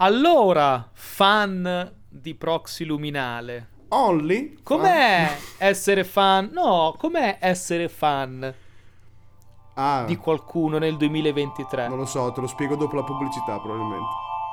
Allora, fan di Proxy Luminale, Only? com'è essere fan? No, com'è essere fan di Ah, qualcuno nel 2023? non lo so, te lo spiego dopo la pubblicità probabilmente.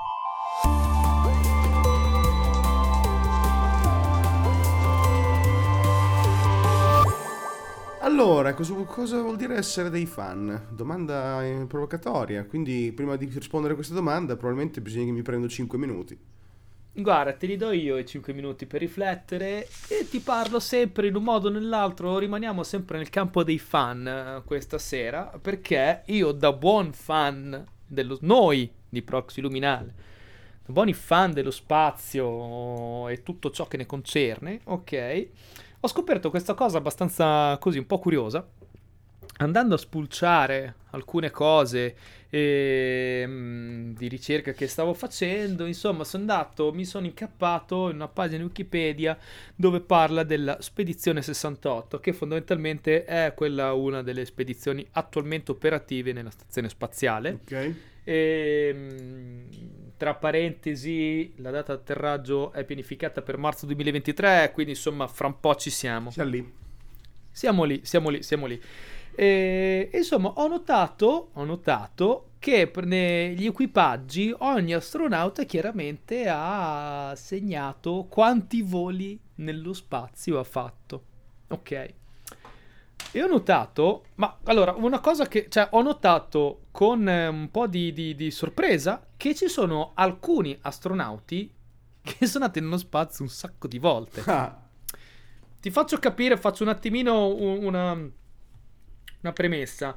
Allora, cosa vuol dire essere dei fan? Domanda provocatoria, quindi prima di rispondere a questa domanda probabilmente bisogna che mi prendo 5 minuti. Guarda, te li do io i 5 minuti per riflettere e ti parlo sempre in un modo o nell'altro, rimaniamo sempre nel campo dei fan questa sera, perché io da buon fan noi di Proxy Luminale, da buoni fan dello spazio e tutto ciò che ne concerne, ok, ho scoperto questa cosa abbastanza così, un po' curiosa, andando a spulciare alcune cose di ricerca che stavo facendo, insomma, mi sono incappato in una pagina Wikipedia dove parla della Spedizione 68, che fondamentalmente è una delle spedizioni attualmente operative nella stazione spaziale. Ok? Tra parentesi, la data di atterraggio è pianificata per marzo 2023, quindi insomma, fra un po' ci siamo. Siamo lì. Siamo lì, siamo lì, siamo lì. E, insomma, ho notato che negli equipaggi ogni astronauta chiaramente ha segnato quanti voli nello spazio ha fatto. Ok. E ho notato, ma allora, una cosa che, cioè, ho notato con un po' di sorpresa che ci sono alcuni astronauti che sono andati nello spazio un sacco di volte. Ah, Ti faccio capire, faccio un attimino una premessa.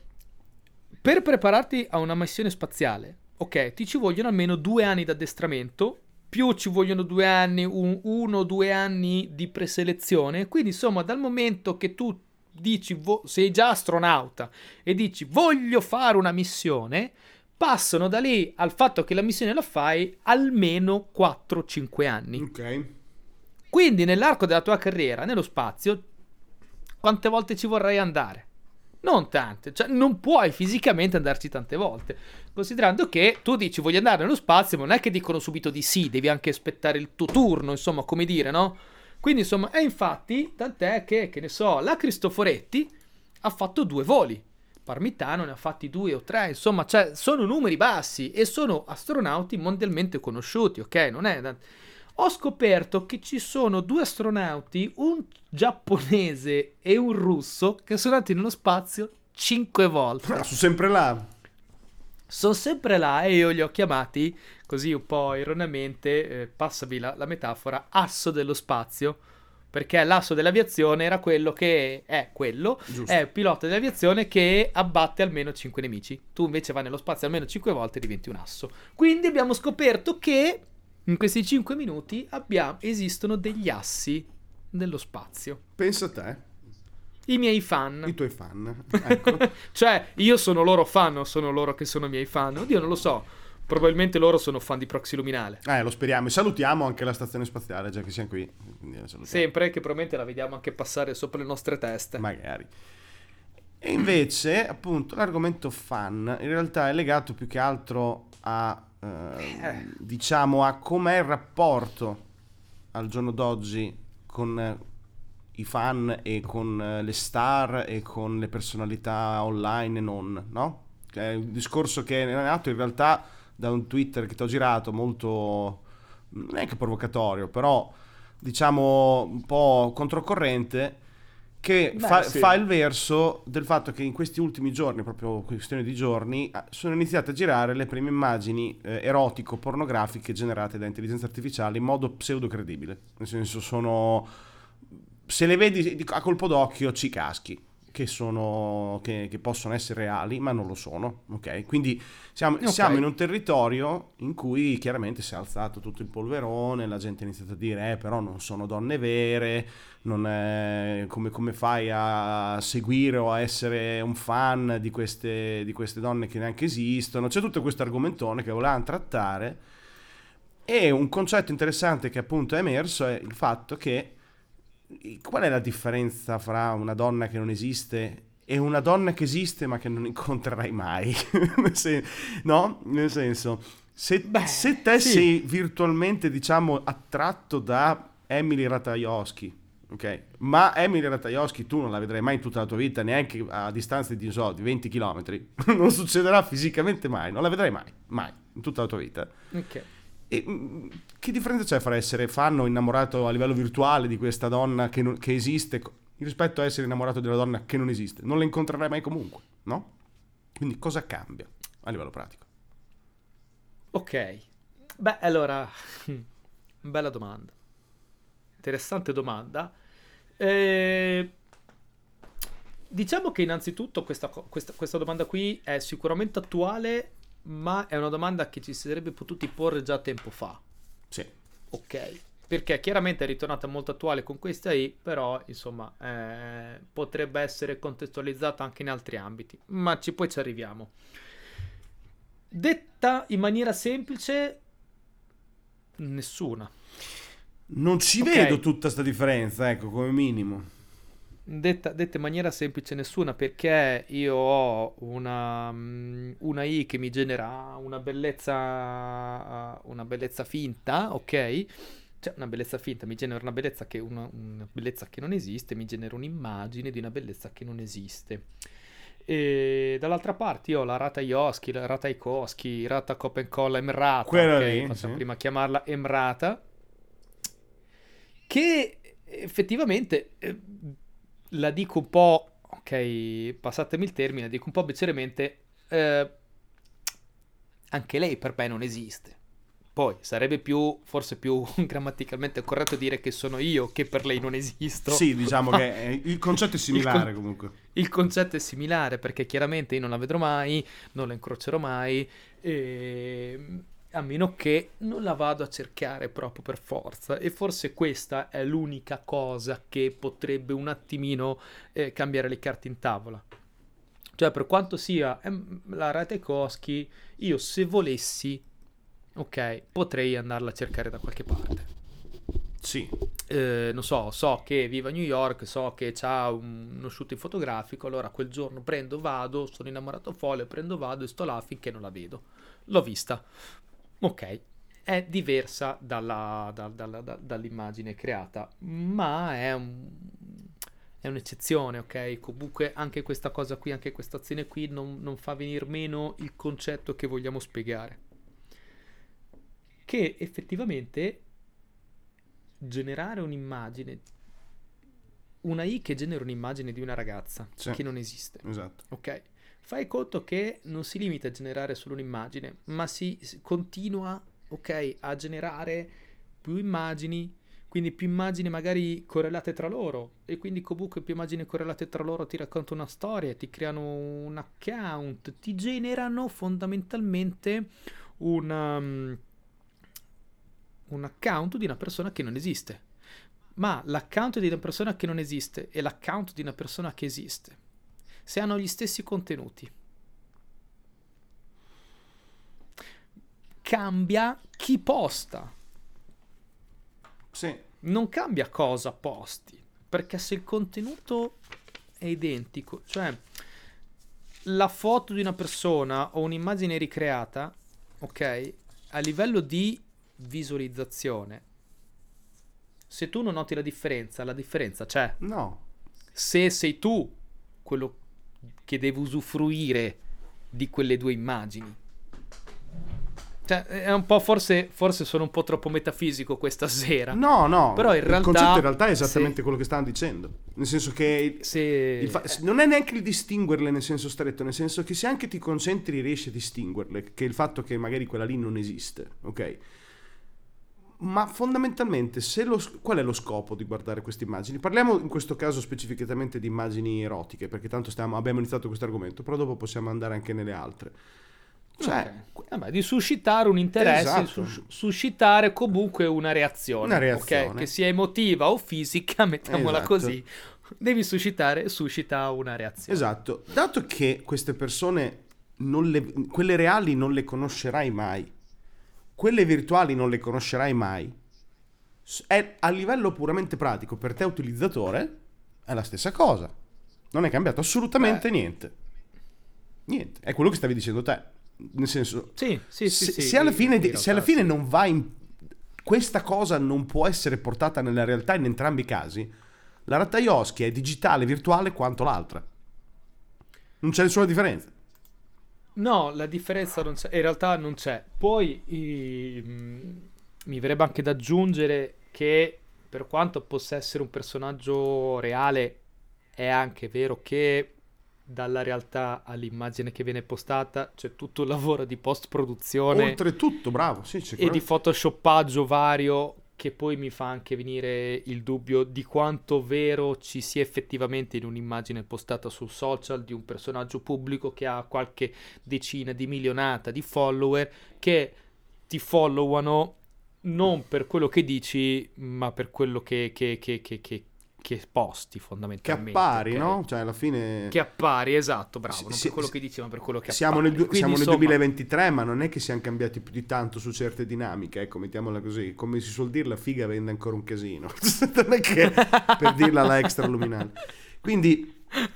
Per prepararti a una missione spaziale, ok, ti ci vogliono almeno 2 anni di addestramento, più ci vogliono 2 anni, 1 o 2 anni di preselezione. Quindi, insomma, dal momento che tu dici, sei già astronauta e dici voglio fare una missione, passano da lì al fatto che la missione la fai almeno 4-5 anni. ok. Quindi nell'arco della tua carriera nello spazio, quante volte ci vorrai andare? Non tante, cioè non puoi fisicamente andarci tante volte, considerando che tu dici voglio andare nello spazio, ma non è che dicono subito di sì, devi anche aspettare il tuo turno, insomma, come dire, no? Quindi insomma, e infatti, tant'è che ne so, la Cristoforetti ha fatto 2 voli, Parmitano ne ha fatti 2 o 3, insomma, cioè, sono numeri bassi e sono astronauti mondialmente conosciuti, ok? Non è... Ho scoperto che ci sono 2 astronauti, un giapponese e un russo, che sono andati nello spazio 5 volte. Ah, sono sempre là. Sono sempre là e io li ho chiamati, così un po' erroneamente, passami la metafora, asso dello spazio. Perché l'asso dell'aviazione era quello che è Giusto. il pilota dell'aviazione che abbatte almeno 5 nemici. Tu invece vai nello spazio almeno 5 volte e diventi un asso. Quindi abbiamo scoperto che in questi 5 minuti esistono degli assi dello spazio. Pensa a te, I miei fan. i tuoi fan. Ecco. Cioè, io sono loro fan o sono loro che sono miei fan? Oddio, non lo so. Probabilmente loro sono fan di Proxy Luminale. Lo speriamo. E salutiamo anche la stazione spaziale, già che siamo qui. Quindi la salutiamo. Sempre, che probabilmente la vediamo anche passare sopra le nostre teste. Magari. E invece, appunto, l'argomento fan in realtà è legato più che altro a, diciamo, a com'è il rapporto al giorno d'oggi con i fan e con le star e con le personalità online e non, no? Che è un discorso che è nato in realtà da un Twitter che ti ho girato molto, non è che provocatorio, però diciamo un po' controcorrente, che Beh, sì. fa il verso del fatto che in questi ultimi giorni, proprio questione di giorni, sono iniziate a girare le prime immagini erotico-pornografiche generate da intelligenza artificiale in modo pseudo credibile. Nel senso, sono, se le vedi a colpo d'occhio ci caschi, che possono essere reali, ma non lo sono, ok? Quindi siamo in un territorio in cui chiaramente si è alzato tutto il polverone, la gente ha iniziato a dire però non sono donne vere, non è, come fai a seguire o a essere un fan di queste donne che neanche esistono. C'è tutto questo argomentone che volevamo trattare, e un concetto interessante che appunto è emerso è il fatto che qual è la differenza fra una donna che non esiste e una donna che esiste ma che non incontrerai mai? No? Nel senso, Se te sì. sei virtualmente, diciamo, attratto da Emily Ratajkowski, ok? Ma Emily Ratajkowski tu non la vedrai mai in tutta la tua vita, neanche a distanza di, di 20 km. Non succederà fisicamente mai, non la vedrai mai, in tutta la tua vita. Ok. E che differenza c'è fra essere fan o innamorato a livello virtuale di questa donna che esiste rispetto a essere innamorato di una donna che non esiste? Non la incontrerai mai comunque, no? Quindi cosa cambia a livello pratico? Ok. Beh, allora, bella domanda. Interessante domanda. Diciamo che innanzitutto questa domanda qui è sicuramente attuale, ma è una domanda che ci si sarebbe potuti porre già tempo fa. Sì. Ok. Perché chiaramente è ritornata molto attuale con questa I, però insomma potrebbe essere contestualizzata anche in altri ambiti, ma poi ci arriviamo. Detta in maniera semplice, nessuna. Non ci Ok. vedo tutta sta differenza, ecco, come minimo. Detta in maniera semplice, nessuna, perché io ho una I che mi genera una bellezza finta, ok? Cioè una bellezza finta, mi genera una bellezza una bellezza che non esiste, mi genera un'immagine di una bellezza che non esiste. E dall'altra parte io ho la Ratajkowski, Rata Copencola Emrata, Quella ok? lì, Facciamo sì. prima chiamarla Emrata, che effettivamente la dico un po', ok, passatemi il termine, la dico un po' beceriamente, anche lei per me non esiste. Poi sarebbe forse più grammaticalmente corretto dire che sono io che per lei non esisto. Sì, diciamo ma che il concetto è similare comunque. il concetto è similare perché chiaramente io non la vedrò mai, non la incrocerò mai, a meno che non la vado a cercare proprio per forza. E forse questa è l'unica cosa che potrebbe un attimino cambiare le carte in tavola. Cioè, per quanto sia la Ratajkowski, io se volessi, ok, potrei andarla a cercare da qualche parte. Sì. Non so che vive a New York, so che c'ha uno shooting fotografico, allora quel giorno vado, sono innamorato folle, vado e sto là finché non la vedo. L'ho vista. Ok, è diversa dall'immagine creata, ma è un'eccezione, ok? Comunque anche questa cosa qui, anche questa azione qui non fa venir meno il concetto che vogliamo spiegare. Che effettivamente generare un'immagine, una I che genera un'immagine di una ragazza Sì. che non esiste, Esatto. ok? Fai conto che non si limita a generare solo un'immagine, ma si continua, ok, a generare più immagini, quindi più immagini magari correlate tra loro, e quindi comunque più immagini correlate tra loro ti raccontano una storia, ti creano un account, ti generano fondamentalmente un account di una persona che non esiste. Ma l'account di una persona che non esiste e l'account di una persona che esiste, se hanno gli stessi contenuti, cambia chi posta. Sì. Non cambia cosa posti, perché se il contenuto è identico, cioè la foto di una persona o un'immagine ricreata, ok, a livello di visualizzazione, se tu non noti la differenza c'è. No. Se sei tu quello che deve usufruire di quelle due immagini. Cioè, è un po' forse sono un po' troppo metafisico questa sera. No. Però in realtà il concetto in realtà è esattamente quello che stanno dicendo. Nel senso che non è neanche il distinguerle nel senso stretto, nel senso che se anche ti concentri riesci a distinguerle, che è il fatto che magari quella lì non esiste, ok? Ma fondamentalmente qual è lo scopo di guardare queste immagini? Parliamo in questo caso specificatamente di immagini erotiche, perché tanto abbiamo iniziato questo argomento, però dopo possiamo andare anche nelle altre. Cioè, okay. Di suscitare un interesse, esatto. Suscitare comunque una reazione, okay? Che sia emotiva o fisica, mettiamola esatto. così. Devi suscita una reazione. Esatto. Dato che queste persone quelle reali non le conoscerai mai, quelle virtuali non le conoscerai mai, è a livello puramente pratico per te utilizzatore è la stessa cosa. Non è cambiato assolutamente niente. È quello che stavi dicendo te. Nel senso, Sì, se alla fine, in realtà, se alla fine non va in... Questa cosa non può essere portata nella realtà in entrambi i casi. La Ratajowski è digitale e virtuale quanto l'altra. Non c'è nessuna differenza. No, la differenza non c'è, in realtà non c'è. Poi mi verrebbe anche da aggiungere che per quanto possa essere un personaggio reale, è anche vero che dalla realtà all'immagine che viene postata c'è tutto il lavoro di post-produzione Oltretutto, bravo, sì, e di sicuramente. photoshoppaggio vario, che poi mi fa anche venire il dubbio di quanto vero ci sia effettivamente in un'immagine postata sul social di un personaggio pubblico che ha qualche decina di milionata di follower che ti followano non per quello che dici, ma per quello che posti Che fondamentalmente, appari, ok? no? Cioè, alla fine... Che appari, esatto, bravo, non Si- per quello si- che dici, ma per quello che siamo appari. nel, Quindi, siamo nel insomma, 2023, ma non è che siamo cambiati più di tanto su certe dinamiche, ecco, mettiamola così. Come si suol dire, la figa vende ancora un casino. Non è che per dirla alla extra luminale. Quindi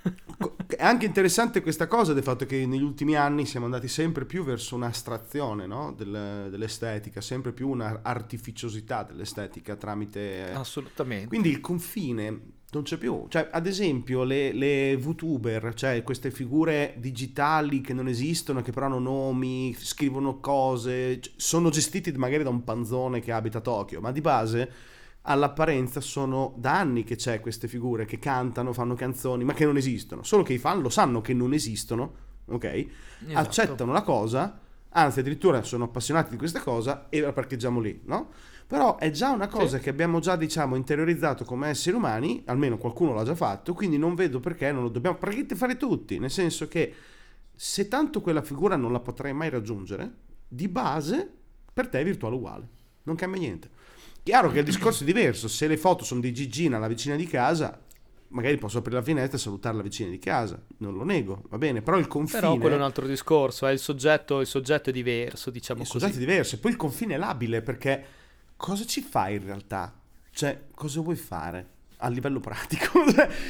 è anche interessante questa cosa del fatto che negli ultimi anni siamo andati sempre più verso un'astrazione, no? Dell'estetica, sempre più una artificiosità dell'estetica tramite... assolutamente. Quindi il confine non c'è più. Cioè, ad esempio, le VTuber, cioè queste figure digitali che non esistono, che però hanno nomi, scrivono cose, sono gestiti magari da un panzone che abita a Tokyo, ma di base all'apparenza sono da anni che c'è queste figure che cantano, fanno canzoni, ma che non esistono. Solo che i fan lo sanno che non esistono, ok? Esatto. Accettano la cosa, anzi addirittura sono appassionati di questa cosa e la parcheggiamo lì, no? Però è già una cosa Sì. che abbiamo già, diciamo, interiorizzato come esseri umani, almeno qualcuno l'ha già fatto, quindi non vedo perché non lo dobbiamo praticamente fare tutti, nel senso che se tanto quella figura non la potrai mai raggiungere, di base per te è virtuale uguale, non cambia niente. Chiaro che il discorso è diverso, se le foto sono di Gigina, la vicina di casa, magari posso aprire la finestra e salutare la vicina di casa, non lo nego, va bene, però il confine... Però quello è un altro discorso, è il soggetto è diverso, diciamo il così. soggetto è diverso, e poi il confine è labile, perché cosa ci fai in realtà? Cioè, cosa vuoi fare a livello pratico?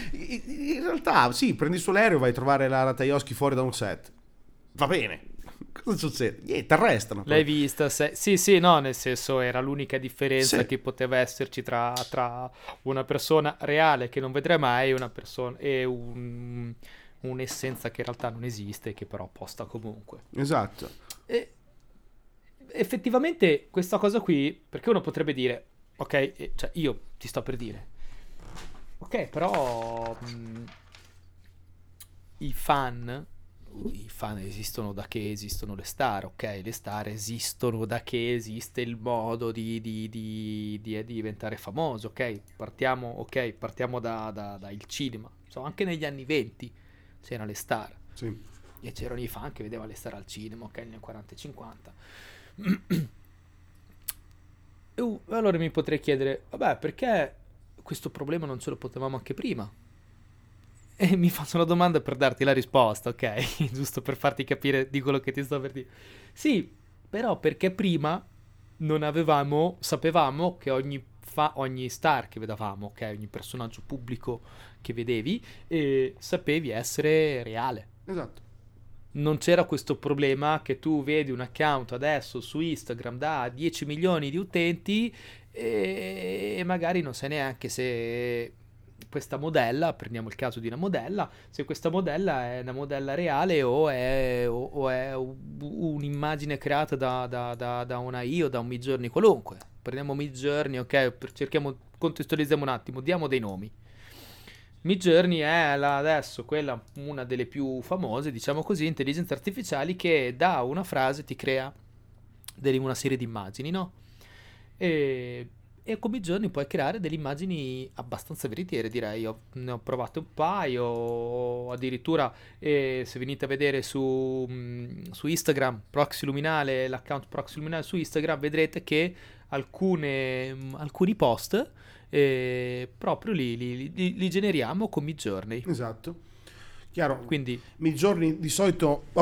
In realtà, sì, prendi il suo aereo, vai a trovare la Ratajowski fuori da un set, va bene, cosa succede? Niente, arrestano. L'hai vista? Sì, no, nel senso era l'unica differenza Sì. che poteva esserci tra una persona reale che non vedrai mai e una persona e un'essenza che in realtà non esiste, che però posta comunque. Esatto. E effettivamente questa cosa qui, perché uno potrebbe dire, ok, cioè io ti sto per dire, ok, però i fan esistono da che esistono le star, ok? Le star esistono da che esiste il modo di diventare famoso, ok? Partiamo dal cinema. Insomma, anche negli anni 20 c'erano le star Sì. e c'erano i fan che vedevano le star al cinema, ok? Negli anni 40 e 50. E allora mi potrei chiedere, vabbè, perché questo problema non ce lo potevamo anche prima? E mi faccio una domanda per darti la risposta, ok? Giusto per farti capire di quello che ti sto per dire. Sì, però perché prima non sapevamo che ogni star che vedevamo, ok? Ogni personaggio pubblico che vedevi, sapevi essere reale. Esatto. Non c'era questo problema che tu vedi un account adesso su Instagram da 10 milioni di utenti e magari non sai neanche se questa modella, prendiamo il caso di una modella, se questa modella è una modella reale o è un'immagine creata da una I o da un Midjourney qualunque. Prendiamo Midjourney, ok? Contestualizziamo un attimo, diamo dei nomi. Midjourney è adesso una delle più famose, diciamo così, intelligenze artificiali che da una frase ti crea una serie di immagini, no? E con Midjourney puoi creare delle immagini abbastanza veritiere, direi. Io ne ho provate un paio, addirittura se venite a vedere su Instagram, Proxy Luminale, l'account Proxy Luminale su Instagram, vedrete che alcuni post proprio li generiamo con Midjourney. Esatto. Chiaro. Quindi Midjourney di solito, vabbè,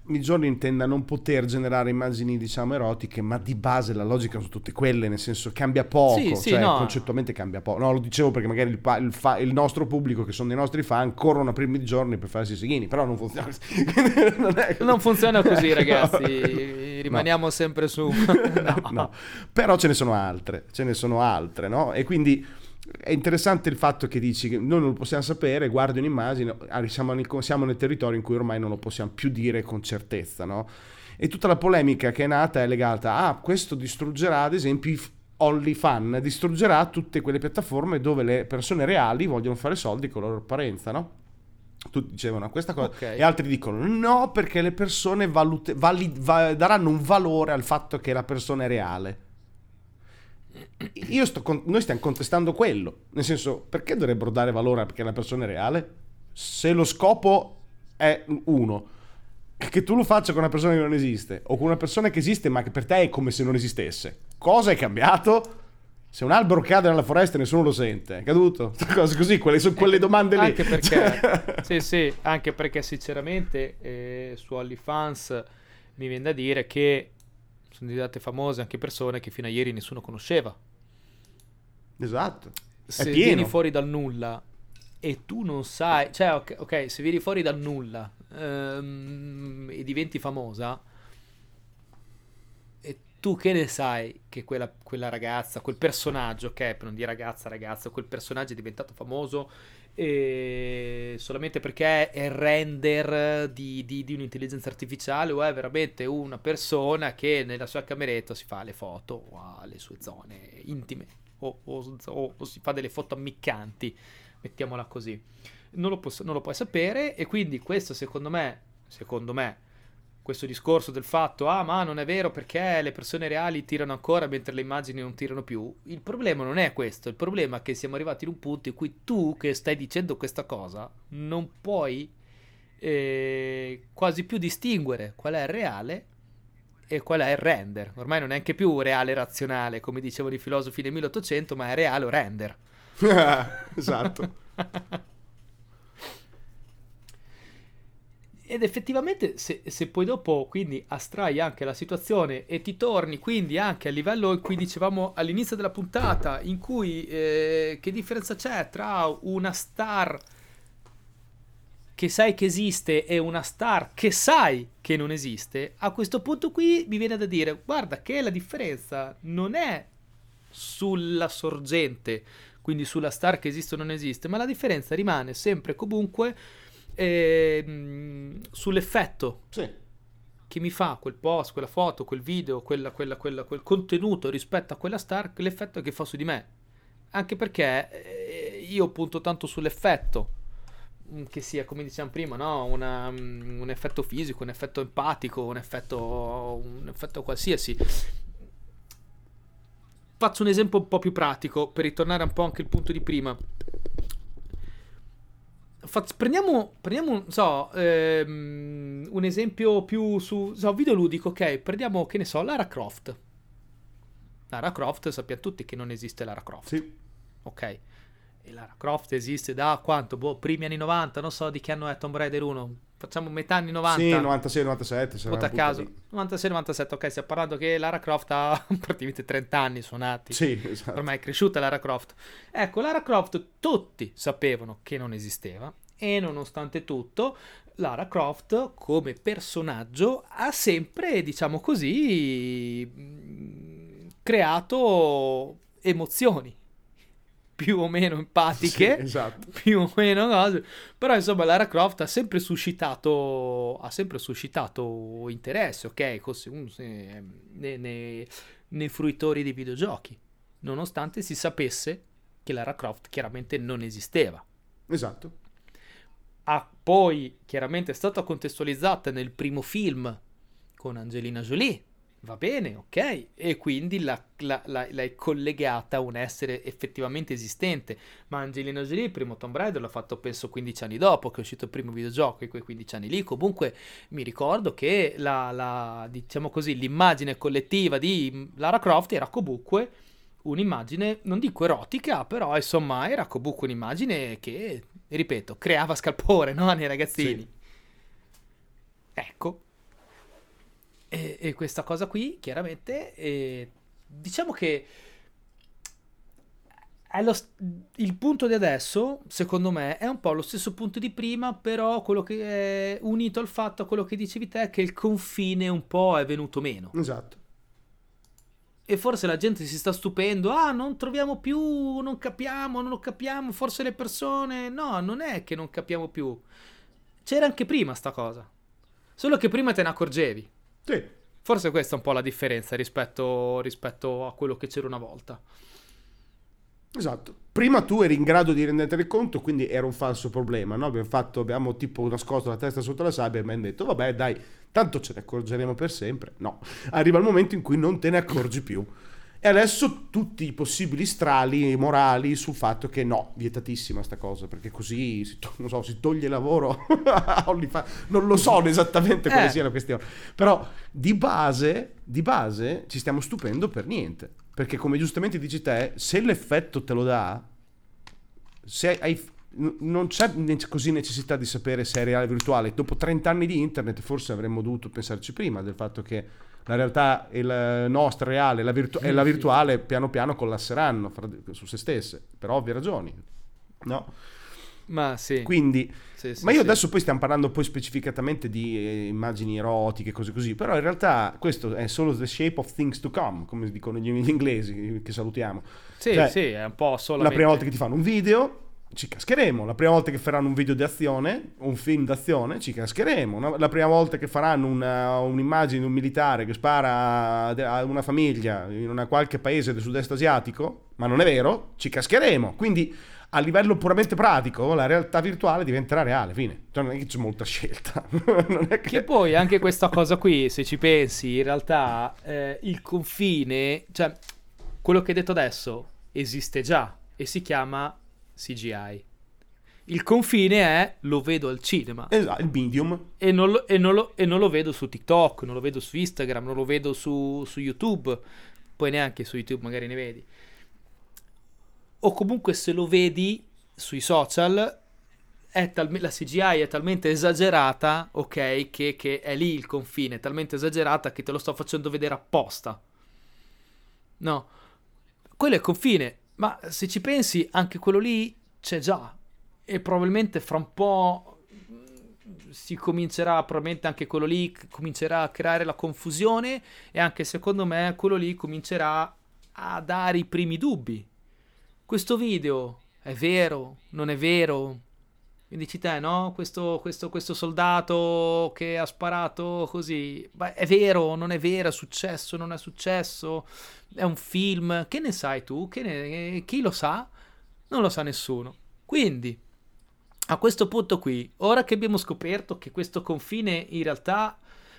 Midjourney intenda non poter generare immagini, diciamo, erotiche, ma di base la logica sono tutte quelle, nel senso cambia poco, Sì, cioè no. concettualmente cambia poco. No, lo dicevo perché magari il nostro pubblico, che sono dei nostri fan, corrono a prima Midjourney per farsi i seghini, però non funziona così. Non funziona così, No. ragazzi. Rimaniamo sempre su. No. No. Però ce ne sono altre, no? E quindi è interessante il fatto che dici che noi non lo possiamo sapere, guardi un'immagine, siamo nel territorio in cui ormai non lo possiamo più dire con certezza, no? E tutta la polemica che è nata è legata a questo distruggerà, ad esempio, i OnlyFans, distruggerà tutte quelle piattaforme dove le persone reali vogliono fare soldi con la loro apparenza, no? Tutti dicevano questa cosa, Ok. e altri dicono no, perché le persone daranno un valore al fatto che la persona è reale. Noi stiamo contestando quello, nel senso, perché dovrebbero dare valore perché la persona è reale se lo scopo è uno, che tu lo faccia con una persona che non esiste o con una persona che esiste ma che per te è come se non esistesse. Cosa è cambiato? Se un albero cade nella foresta e nessuno lo sente, è caduto? Cose così, sono quelle domande lì. Anche perché, sì, anche perché sinceramente su OnlyFans mi viene da dire che sono diventate famose anche persone che fino a ieri nessuno conosceva. Esatto. È Se pieno. vieni fuori dal nulla e tu non sai, cioè ok, se vieni fuori dal nulla e diventi famosa, e tu che ne sai che quella ragazza, quel personaggio, ok, per non dire ragazza, quel personaggio è diventato famoso solamente perché è il render di un'intelligenza artificiale o è veramente una persona che nella sua cameretta si fa le foto o ha le sue zone intime o si fa delle foto ammiccanti, mettiamola così. Non lo puoi sapere, e quindi questo secondo me questo discorso del fatto ma non è vero perché le persone reali tirano ancora mentre le immagini non tirano più, il problema non è questo, il problema è che siamo arrivati in un punto in cui tu che stai dicendo questa cosa non puoi quasi più distinguere qual è il reale e qual è il render. Ormai non è anche più reale razionale come dicevano i filosofi del 1800, ma è reale o render. Esatto. Ed effettivamente se poi dopo quindi astrai anche la situazione e ti torni quindi anche a livello in cui dicevamo all'inizio della puntata, in cui che differenza c'è tra una star che sai che esiste e una star che sai che non esiste, a questo punto qui mi viene da dire guarda che la differenza non è sulla sorgente, quindi sulla star che esiste o non esiste, ma la differenza rimane sempre comunque sull'effetto Sì. che mi fa quel post, quella foto, quel video, quel contenuto rispetto a quella star, l'effetto che fa su di me. Anche perché io punto tanto sull'effetto, che sia, come diciamo prima, no? Un effetto fisico, un effetto empatico, un effetto qualsiasi. Faccio un esempio un po' più pratico per ritornare un po' anche al punto di prima. Prendiamo non so, un esempio più su videoludico, ok? Prendiamo, che ne so, Lara Croft. Lara Croft, sappiamo tutti che non esiste Lara Croft. Sì. Ok. E Lara Croft esiste da quanto? Primi anni 90, non so di che anno è Tomb Raider 1. Facciamo metà anni 90. Sì, 96, 97. Vota a caso. 96, 97, ok, stiamo parlando che Lara Croft ha praticamente 30 anni suonati. Sì, esatto. Ormai è cresciuta Lara Croft. Ecco, Lara Croft tutti sapevano che non esisteva e nonostante tutto Lara Croft come personaggio ha sempre, diciamo così, creato emozioni più o meno empatiche, sì, esatto. più o meno cose, però insomma Lara Croft ha sempre suscitato interesse, ok, nei fruitori dei videogiochi, nonostante si sapesse che Lara Croft chiaramente non esisteva. Esatto. Poi chiaramente è stata contestualizzata nel primo film con Angelina Jolie, va bene, ok, e quindi l'hai collegata a un essere effettivamente esistente, ma Angelina Jolie il primo Tomb Raider l'ha fatto penso 15 anni dopo che è uscito il primo videogioco, e quei 15 anni lì comunque mi ricordo che diciamo così, l'immagine collettiva di Lara Croft era comunque un'immagine, non dico erotica, però insomma era comunque un'immagine che, ripeto, creava scalpore, no, nei ragazzini. Sì. Ecco, E questa cosa qui, chiaramente, diciamo che è il punto di adesso, secondo me, è un po' lo stesso punto di prima, però quello che è unito al fatto, a quello che dicevi te, che il confine un po' è venuto meno. Esatto. E forse la gente si sta stupendo, non troviamo più, non capiamo, non lo capiamo, forse le persone... No, non è che non capiamo più. C'era anche prima sta cosa. Solo che prima te ne accorgevi. Sì. Forse questa è un po' la differenza rispetto a quello che c'era una volta. Esatto. Prima tu eri in grado di rendertene conto, quindi era un falso problema, no? Abbiamo tipo nascosto la testa sotto la sabbia e mi hanno detto, vabbè, dai, tanto ce ne accorgeremo per sempre. No, arriva il momento in cui non te ne accorgi più. E adesso tutti i possibili strali morali sul fatto che no, vietatissima sta cosa, perché così non so, si toglie lavoro a OnlyFans. Non lo so esattamente quale sia la questione, però di base ci stiamo stupendo per niente, perché come giustamente dici te, se l'effetto te lo dà, se hai non c'è così necessità di sapere se è reale o virtuale. Dopo 30 anni di internet forse avremmo dovuto pensarci prima del fatto che la realtà è la nostra reale e la virtuale piano piano collasseranno su se stesse, per ovvie ragioni, no? Ma sì. Quindi, sì, ma io adesso poi stiamo parlando poi specificatamente di immagini erotiche, cose così, però in realtà questo è solo the shape of things to come, come dicono gli inglesi, che salutiamo. Sì, Cioè, sì, è un po' solamente... La prima volta che ti fanno un video ci cascheremo, la prima volta che faranno un video di azione, un film d'azione, ci cascheremo, la prima volta che faranno un'immagine di un militare che spara a una famiglia in una qualche paese del sud-est asiatico, ma non è vero, ci cascheremo. Quindi a livello puramente pratico la realtà virtuale diventerà reale, fine. Cioè, non è che c'è molta scelta. Non è che poi anche questa cosa qui, se ci pensi, in realtà il confine, cioè quello che hai detto adesso esiste già e si chiama CGI. Il confine è lo vedo al cinema. Esatto, il medium. E non lo vedo su TikTok, non lo vedo su Instagram, non lo vedo su YouTube. Poi neanche su YouTube magari ne vedi. O comunque se lo vedi sui social la CGI è talmente esagerata, ok, che è lì il confine, è talmente esagerata che te lo sto facendo vedere apposta. No, quello è il confine. Ma se ci pensi, anche quello lì c'è già. E probabilmente fra un po' si comincerà, probabilmente anche quello lì comincerà a creare la confusione. E anche secondo me quello lì comincerà a dare i primi dubbi. Questo video è vero? Non è vero? E dici te, no? Questo soldato che ha sparato così, beh, è vero? Non è vero? È successo? Non è successo? È un film? Che ne sai tu? Chi lo sa? Non lo sa nessuno. Quindi, a questo punto qui, ora che abbiamo scoperto che questo confine in realtà...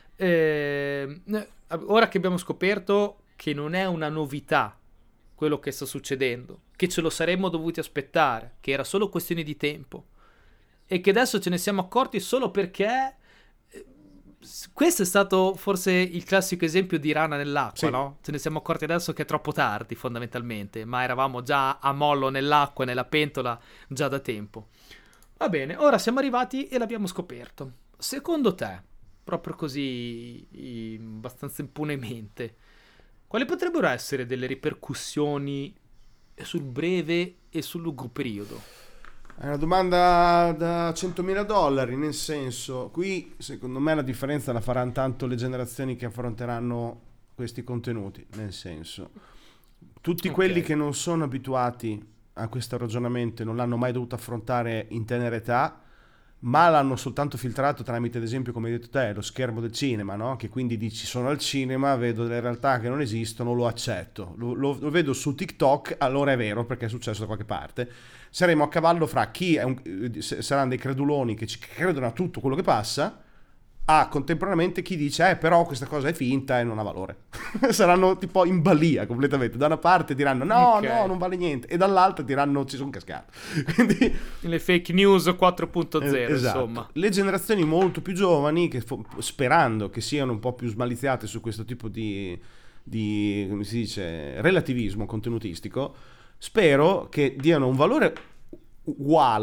ora che abbiamo scoperto che non è una novità quello che sta succedendo, che ce lo saremmo dovuti aspettare, che era solo questione di tempo, e che adesso ce ne siamo accorti solo perché questo è stato forse il classico esempio di rana nell'acqua, sì. No? Ce ne siamo accorti adesso che è troppo tardi fondamentalmente, ma eravamo già a mollo nell'acqua, nella pentola già da tempo. Va bene, ora siamo arrivati e l'abbiamo scoperto. Secondo te, proprio così abbastanza impunemente, quali potrebbero essere delle ripercussioni sul breve e sul lungo periodo? È una domanda da $100.000, nel senso, qui secondo me la differenza la faranno tanto le generazioni che affronteranno questi contenuti, nel senso, tutti quelli che non sono abituati a questo ragionamento e non l'hanno mai dovuto affrontare in tenera età, ma l'hanno soltanto filtrato tramite, ad esempio, come hai detto te, lo schermo del cinema, no? Che quindi dici sono al cinema, vedo delle realtà che non esistono, lo accetto, lo vedo su TikTok, allora è vero perché è successo da qualche parte. Saremo a cavallo fra chi saranno dei creduloni che ci credono a tutto quello che passa, a contemporaneamente chi dice però questa cosa è finta e non ha valore. Saranno tipo in balia completamente. Da una parte diranno no, non vale niente, e dall'altra diranno ci sono cascato. Quindi le fake news 4.0, esatto. Insomma. Le generazioni molto più giovani, che sperando che siano un po' più smaliziate su questo tipo di come si dice, relativismo contenutistico, spero che diano un valore uguale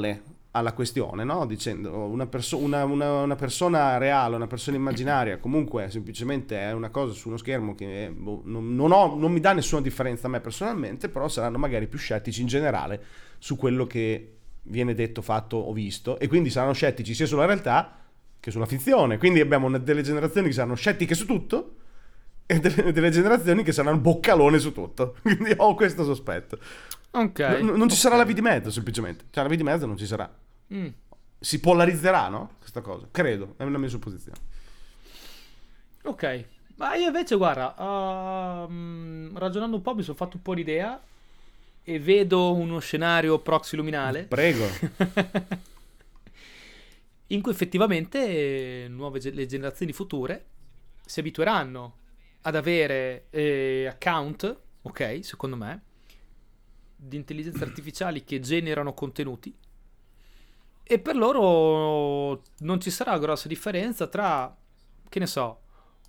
alla questione, no? Dicendo una persona reale, una persona immaginaria, comunque semplicemente è una cosa su uno schermo che non mi dà nessuna differenza a me personalmente, però saranno magari più scettici in generale su quello che viene detto, fatto o visto, e quindi saranno scettici sia sulla realtà che sulla finzione. Quindi abbiamo delle generazioni che saranno scettiche su tutto e delle generazioni che saranno boccalone su tutto. Quindi ho questo sospetto. Ok. Non ci sarà la via di mezzo, semplicemente. Cioè la via di mezzo non ci sarà. Si polarizzerà, no? Questa cosa, credo, è una mia supposizione. Ok. Ma io invece, guarda, ragionando un po' mi sono fatto un po' l'idea e vedo uno scenario proxiluminale. Prego. In cui effettivamente le generazioni future si abitueranno ad avere account, ok, secondo me, di intelligenze artificiali che generano contenuti, e per loro non ci sarà grossa differenza tra, che ne so,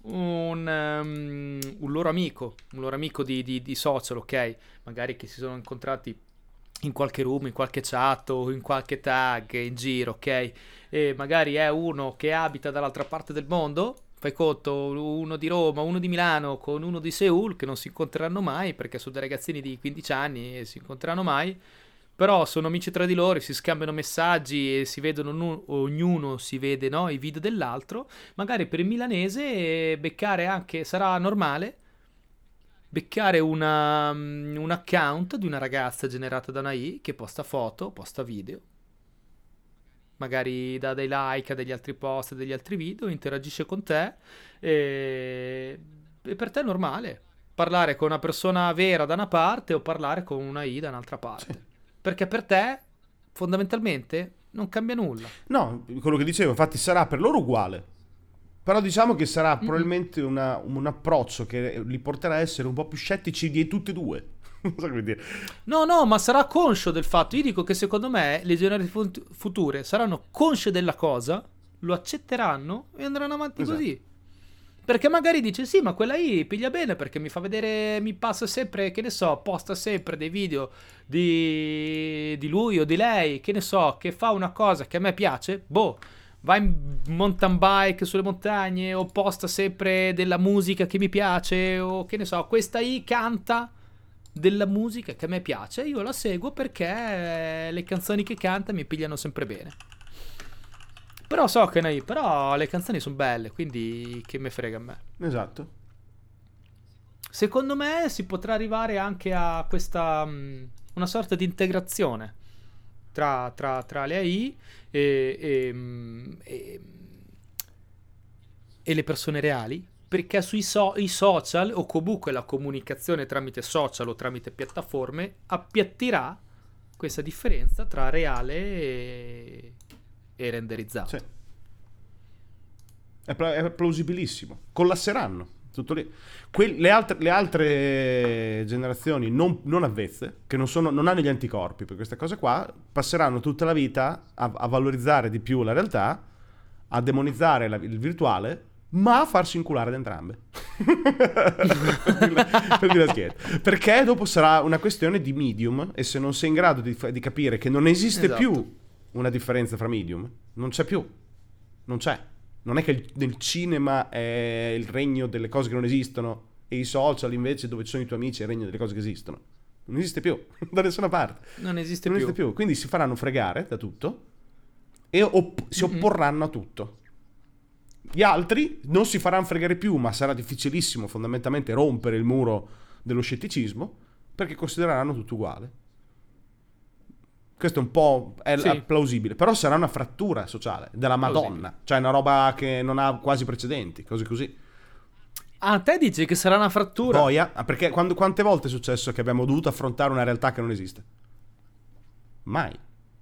un loro amico di social, ok, magari che si sono incontrati in qualche room, in qualche chat o in qualche tag in giro, ok, e magari è uno che abita dall'altra parte del mondo. Fai conto, uno di Roma, uno di Milano con uno di Seul, che non si incontreranno mai perché sono dei ragazzini di 15 anni e si incontreranno mai, però sono amici tra di loro, si scambiano messaggi e si vedono, ognuno si vede, no, i video dell'altro. Magari per il milanese beccare anche, sarà normale beccare un account di una ragazza generata da una AI che posta foto, posta video, magari dà dei like a degli altri post, degli altri video, interagisce con te, e per te è normale parlare con una persona vera da una parte o parlare con una AI da un'altra parte. Sì. Perché per te fondamentalmente non cambia nulla. No, quello che dicevo, infatti sarà per loro uguale, però diciamo che sarà probabilmente un approccio che li porterà a essere un po' più scettici di tutte e due. Non so come dire. No, ma sarà conscio del fatto. Io dico che secondo me le generazioni future saranno consce della cosa, lo accetteranno e andranno avanti così. Perché magari dice sì, ma quella lì piglia bene perché mi fa vedere, mi passa sempre, che ne so, posta sempre dei video di lui o di lei, che ne so, che fa una cosa che a me piace, boh, va in mountain bike sulle montagne o posta sempre della musica che mi piace, o che ne so, questa lì canta della musica che a me piace, io la seguo perché le canzoni che canta mi pigliano sempre bene. Però so che però le canzoni sono belle, quindi che me frega a me. Esatto. Secondo me si potrà arrivare anche a questa una sorta di integrazione tra le AI e le persone reali, perché sui i social o comunque la comunicazione tramite social o tramite piattaforme appiattirà questa differenza tra reale e renderizzato. Sì. È plausibilissimo. Collasseranno. Tutto lì. Le altre generazioni non avvezze, che non hanno gli anticorpi per queste cose qua, passeranno tutta la vita a valorizzare di più la realtà, a demonizzare il virtuale, ma a farsi inculare da entrambe. Per dire la schietta. Perché dopo sarà una questione di medium, e se non sei in grado di capire che non esiste più una differenza fra medium, non c'è più. Non c'è. Non è che nel cinema è il regno delle cose che non esistono e i social invece dove ci sono i tuoi amici è il regno delle cose che esistono. Non esiste più da nessuna parte. Non esiste più. Quindi si faranno fregare da tutto e si opporranno a tutto. Gli altri non si faranno fregare più, ma sarà difficilissimo fondamentalmente rompere il muro dello scetticismo perché considereranno tutto uguale. Questo è un po' plausibile, però sarà una frattura sociale della Madonna, cioè una roba che non ha quasi precedenti, cose così. Ah, te dici che sarà una frattura? Boia, perché quante volte è successo che abbiamo dovuto affrontare una realtà che non esiste? Mai.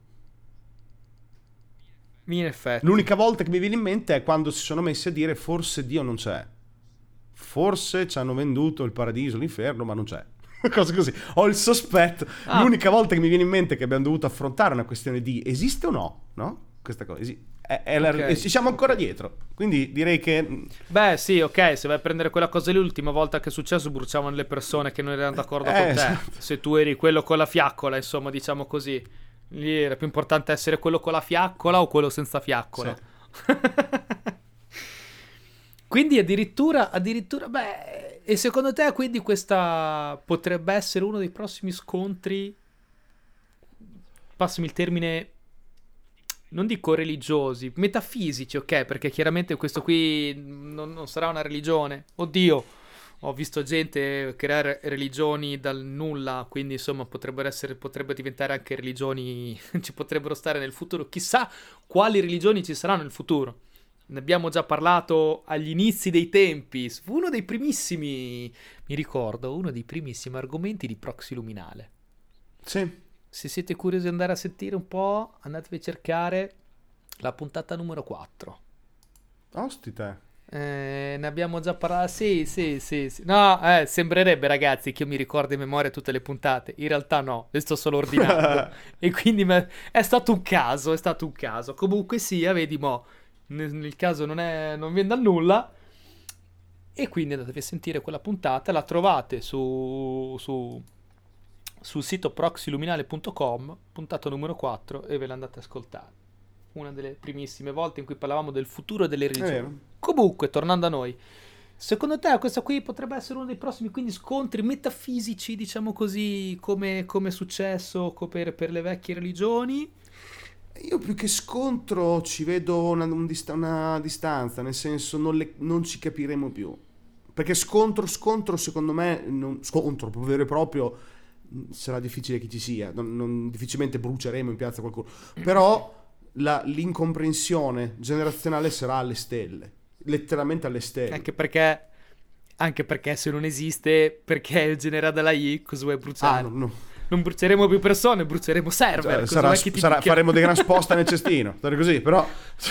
In effetti. L'unica volta che mi viene in mente è quando si sono messi a dire forse Dio non c'è. Forse ci hanno venduto il paradiso, l'inferno, ma non c'è. Cose così. Ho il sospetto. L'unica volta che mi viene in mente che abbiamo dovuto affrontare una questione di esiste o no? Questa cosa. E ci siamo ancora dietro. Quindi direi che... Beh sì, ok, se vai a prendere quella cosa lì, l'ultima volta che è successo bruciavano le persone che non erano d'accordo con te. Esatto. Se tu eri quello con la fiaccola, insomma, diciamo così. Lì era più importante essere quello con la fiaccola o quello senza fiaccola. Sì. Quindi addirittura, beh, e secondo te quindi questa potrebbe essere uno dei prossimi scontri, passami il termine, non dico religiosi, metafisici, ok? Perché chiaramente questo qui non sarà una religione. Oddio, ho visto gente creare religioni dal nulla, quindi insomma potrebbe diventare anche religioni, ci potrebbero stare nel futuro. Chissà quali religioni ci saranno nel futuro. Ne abbiamo già parlato agli inizi dei tempi. Fu uno dei primissimi, mi ricordo, uno dei primissimi argomenti di Proxy Luminale. Sì. Se siete curiosi di andare a sentire un po', andatevi a cercare la puntata numero 4. Ostite. Ne abbiamo già parlato. Sì. No, sembrerebbe, ragazzi, che io mi ricordi a memoria tutte le puntate. In realtà no, le sto solo ordinando. E quindi è stato un caso, Comunque sia, vedi mo, nel caso non viene dal nulla. E quindi andatevi a sentire quella puntata. La trovate sul sito proxyluminale.com, puntata numero 4, e ve la andate ad ascoltare. Una delle primissime volte in cui parlavamo del futuro delle religioni. Comunque, tornando a noi, secondo te questa qui potrebbe essere uno dei prossimi quindi scontri metafisici, diciamo così, come è successo per le vecchie religioni? Io più che scontro ci vedo una distanza, nel senso non ci capiremo più. Perché scontro secondo me, scontro proprio vero e proprio, sarà difficile che ci sia, difficilmente bruceremo in piazza qualcuno. Però l'incomprensione generazionale sarà alle stelle, letteralmente alle stelle. Anche perché se non esiste, perché genera dalla I, cosa vuoi bruciare? Non bruceremo più persone, bruceremo server. Faremo dei gran sposta nel cestino, così, però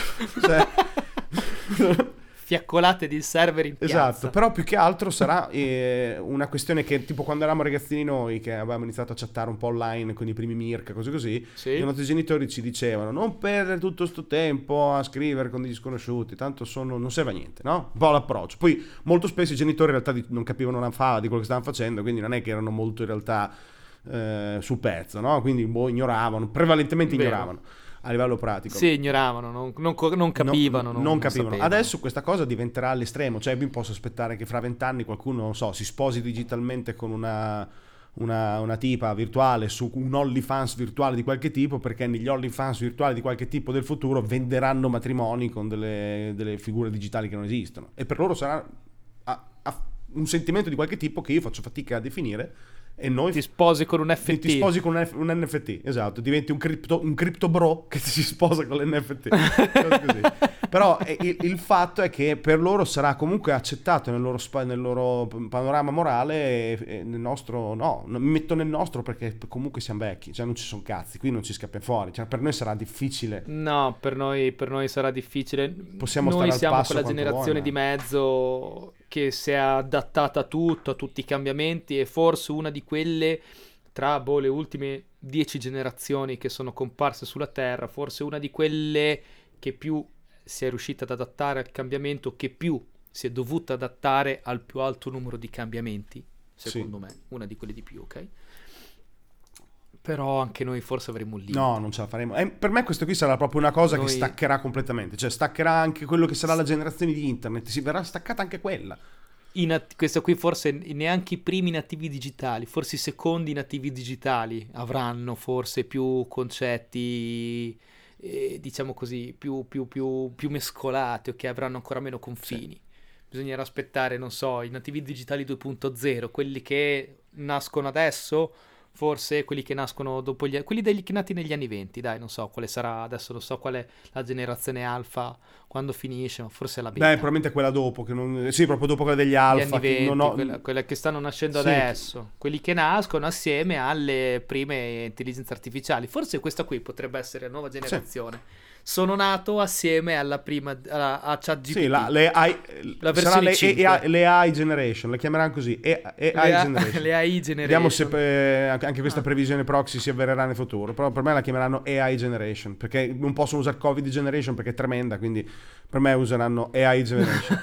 fiaccolate di server in piazza. Esatto, però più che altro sarà una questione che tipo quando eravamo ragazzini noi, che avevamo iniziato a chattare un po' online con i primi Mirk, cose così, sì. I nostri genitori ci dicevano non perdere tutto sto tempo a scrivere con degli sconosciuti, tanto non serve a niente, no? Un po' l'approccio. Poi molto spesso i genitori in realtà non capivano una fava di quello che stavano facendo, quindi non è che erano molto in realtà sul pezzo, no? Quindi ignoravano, prevalentemente ignoravano a livello pratico. Sì, ignoravano, non capivano. Non capivano. Adesso questa cosa diventerà all'estremo, cioè mi posso aspettare che fra 20 anni qualcuno, non so, si sposi digitalmente con una tipa virtuale su un OnlyFans virtuale di qualche tipo, perché negli OnlyFans virtuali di qualche tipo del futuro venderanno matrimoni con delle figure digitali che non esistono, e per loro sarà un sentimento di qualche tipo che io faccio fatica a definire. E noi ti sposi con un NFT. Ti sposi con un NFT, esatto, diventi un crypto bro che si sposa con l'NFT. Così. Però il fatto è che per loro sarà comunque accettato nel loro panorama morale, e nel nostro no, mi metto nel nostro perché comunque siamo vecchi, cioè non ci sono cazzi, qui non ci scappiamo fuori, cioè per noi sarà difficile. No, per noi sarà difficile. Possiamo noi stare al passo quella generazione di mezzo che si è adattata a tutto, a tutti i cambiamenti, e forse una di quelle tra le ultime 10 generazioni che sono comparse sulla Terra, forse una di quelle che più si è riuscita ad adattare al cambiamento, che più si è dovuta adattare al più alto numero di cambiamenti, secondo me, una di quelle di più, ok? Però anche noi forse avremo un limite. No, non ce la faremo. Per me questo qui sarà proprio una cosa che staccherà completamente, cioè staccherà anche quello che sarà la generazione di internet, si verrà staccata anche quella. Questo qui forse neanche i primi nativi digitali, forse i secondi nativi digitali avranno forse più concetti, diciamo così, più mescolati, che avranno ancora meno confini. Sì. Bisognerà aspettare, non so, i nativi digitali 2.0, quelli che nascono adesso, forse quelli che nascono dopo quelli che nati negli anni 20, dai, non so quale sarà adesso, non so qual è la generazione alfa quando finisce, ma forse è la beta. Probabilmente quella dopo, sì, proprio dopo quella degli alfa, gli anni 20, quella che stanno nascendo adesso, quelli che nascono assieme alle prime intelligenze artificiali. Forse questa qui potrebbe essere la nuova generazione. Sì. Sono nato assieme alla prima a ChatGPT. Sì, la versione 5. Le AI Generation, le chiameranno così, AI Generation. Le AI Generation. Vediamo se anche questa previsione proxy si avvererà nel futuro, però per me la chiameranno AI Generation, perché non possono usare Covid Generation perché è tremenda, quindi per me useranno AI Generation.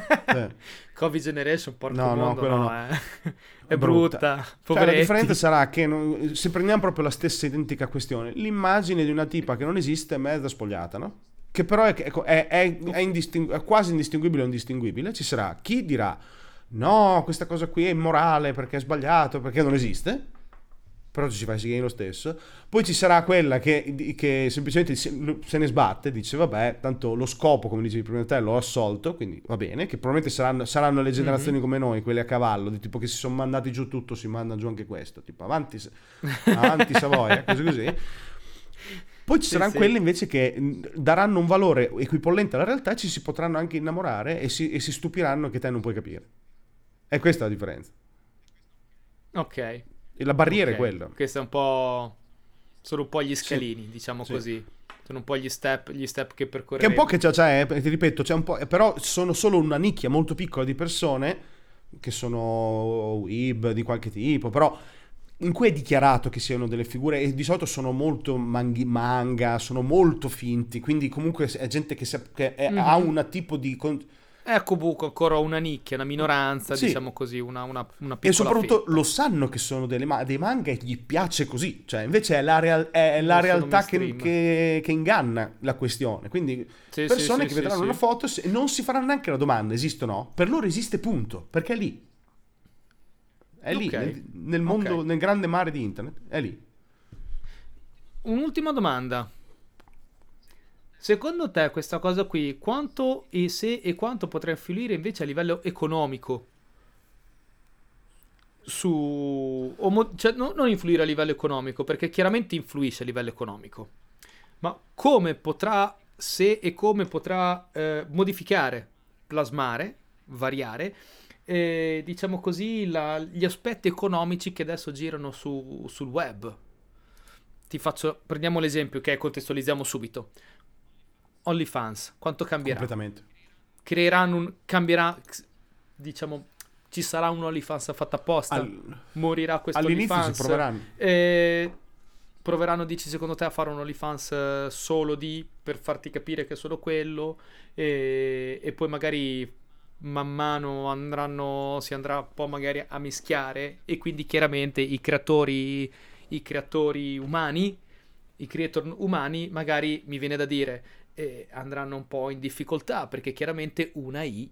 Covid Generation, porco No, mondo, quello no, no. è brutta. Cioè, la Poveretti. differenza sarà che se prendiamo proprio la stessa identica questione, l'immagine di una tipa che non esiste è mezza spogliata, no? Che però è quasi indistinguibile o indistinguibile. Ci sarà chi dirà no, questa cosa qui è immorale perché è sbagliato, perché non esiste, però ci si fa i segni lo stesso. Poi ci sarà quella che semplicemente se ne sbatte, dice vabbè, tanto lo scopo, come dicevi prima te, l'ho assolto, quindi va bene, che probabilmente saranno le generazioni come noi, quelle a cavallo, di tipo che si sono mandati giù tutto, si mandano giù anche questo, tipo avanti Savoia, così. Poi ci saranno quelle invece che daranno un valore equipollente alla realtà e ci si potranno anche innamorare e si stupiranno che te non puoi capire. E questa è la differenza. Ok. E la barriera è quella. Questo è un po'... Sono un po' gli scalini, diciamo così. Sono un po' gli step che percorreremo. Che è un po' che ti ripeto, c'è un po', però sono solo una nicchia molto piccola di persone che sono weeb di qualche tipo, però in cui è dichiarato che siano delle figure e di solito sono molto manga, sono molto finti, quindi comunque è gente che ha un tipo di... Ecco buco, ancora una nicchia, una minoranza, diciamo così, una piccola e soprattutto fetta. lo sanno che sono dei manga e gli piace così, cioè invece è la realtà che inganna la questione, quindi persone che vedranno una foto e non si faranno neanche la domanda esiste o no, per loro esiste punto, perché è lì, nel mondo, nel grande mare di internet, è lì. Un'ultima domanda. Secondo te questa cosa qui, quanto e se e quanto potrà influire invece a livello economico? Cioè, non influire a livello economico, perché chiaramente influisce a livello economico. Ma come potrà, se e come potrà modificare, plasmare, variare, diciamo così, gli aspetti economici che adesso girano sul web? Prendiamo l'esempio che contestualizziamo subito. OnlyFans, quanto cambierà? Completamente. Cambierà, diciamo, ci sarà un OnlyFans fatto apposta? Morirà questo all'inizio OnlyFans? Si proveranno. Proveranno, dici, secondo te, a fare un OnlyFans solo per farti capire che è solo quello e poi magari man mano si andrà un po' magari a mischiare e quindi chiaramente i creatori umani, i creator umani magari, mi viene da dire, andranno un po' in difficoltà perché chiaramente una AI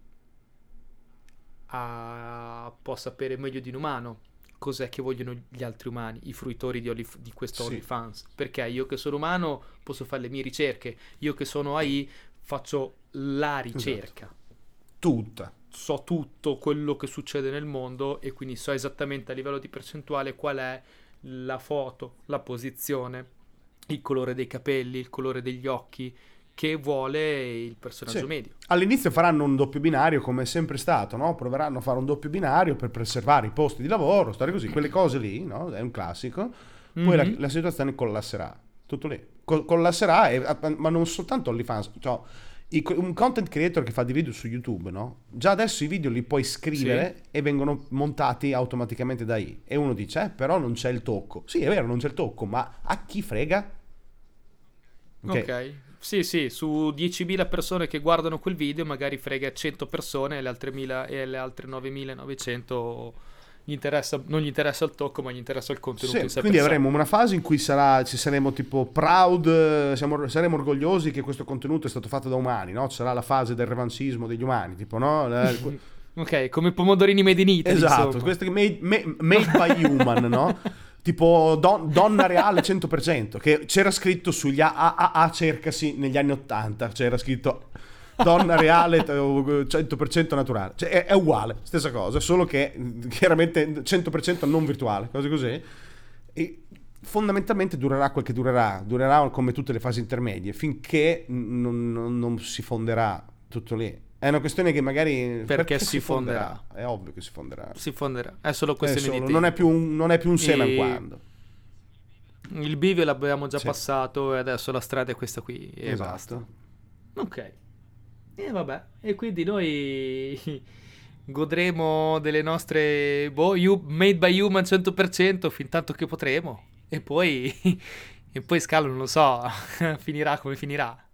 può sapere meglio di un umano cos'è che vogliono gli altri umani, i fruitori di questo OnlyFans, perché io che sono umano posso fare le mie ricerche, io che sono AI faccio la ricerca, tutta, so tutto quello che succede nel mondo e quindi so esattamente a livello di percentuale qual è la foto, la posizione, il colore dei capelli, il colore degli occhi che vuole il personaggio medio. All'inizio faranno un doppio binario come è sempre stato, no? Proveranno a fare un doppio binario per preservare i posti di lavoro, stare così, quelle cose lì, no? È un classico. Poi la situazione collasserà, tutto lì. Collasserà, ma non soltanto OnlyFans, cioè un content creator che fa dei video su YouTube, no? Già adesso i video li puoi scrivere e vengono montati automaticamente da AI. E uno dice, però non c'è il tocco. Sì, è vero, non c'è il tocco, ma a chi frega? Ok. Sì, su 10.000 persone che guardano quel video magari frega 100 persone e le altre 9.900 non gli interessa il tocco, ma gli interessa il contenuto in sé. Quindi avremo una fase in cui ci saremo tipo proud, saremo orgogliosi che questo contenuto è stato fatto da umani, no? Ci sarà la fase del revanchismo degli umani, tipo, no? Ok, come pomodorini made in Italy. Esatto, questo made by human, no? Tipo donna reale 100%, che c'era scritto sugli AAA cercasi negli anni 80, c'era scritto donna reale 100% naturale, cioè è uguale, stessa cosa, solo che chiaramente 100% non virtuale, cose così, e fondamentalmente durerà quel che durerà come tutte le fasi intermedie, finché non si fonderà tutto lì. È una questione che magari... Perché si fonderà. È ovvio che si fonderà. Si fonderà. È solo questione di tempo. Non è più un seme quando. Il bivio l'abbiamo già passato e adesso la strada è questa qui. E esatto. Basta. Ok. E vabbè. E quindi noi godremo delle nostre... made by human 100% fin tanto che potremo. E poi... Scalo non lo so. Finirà come finirà.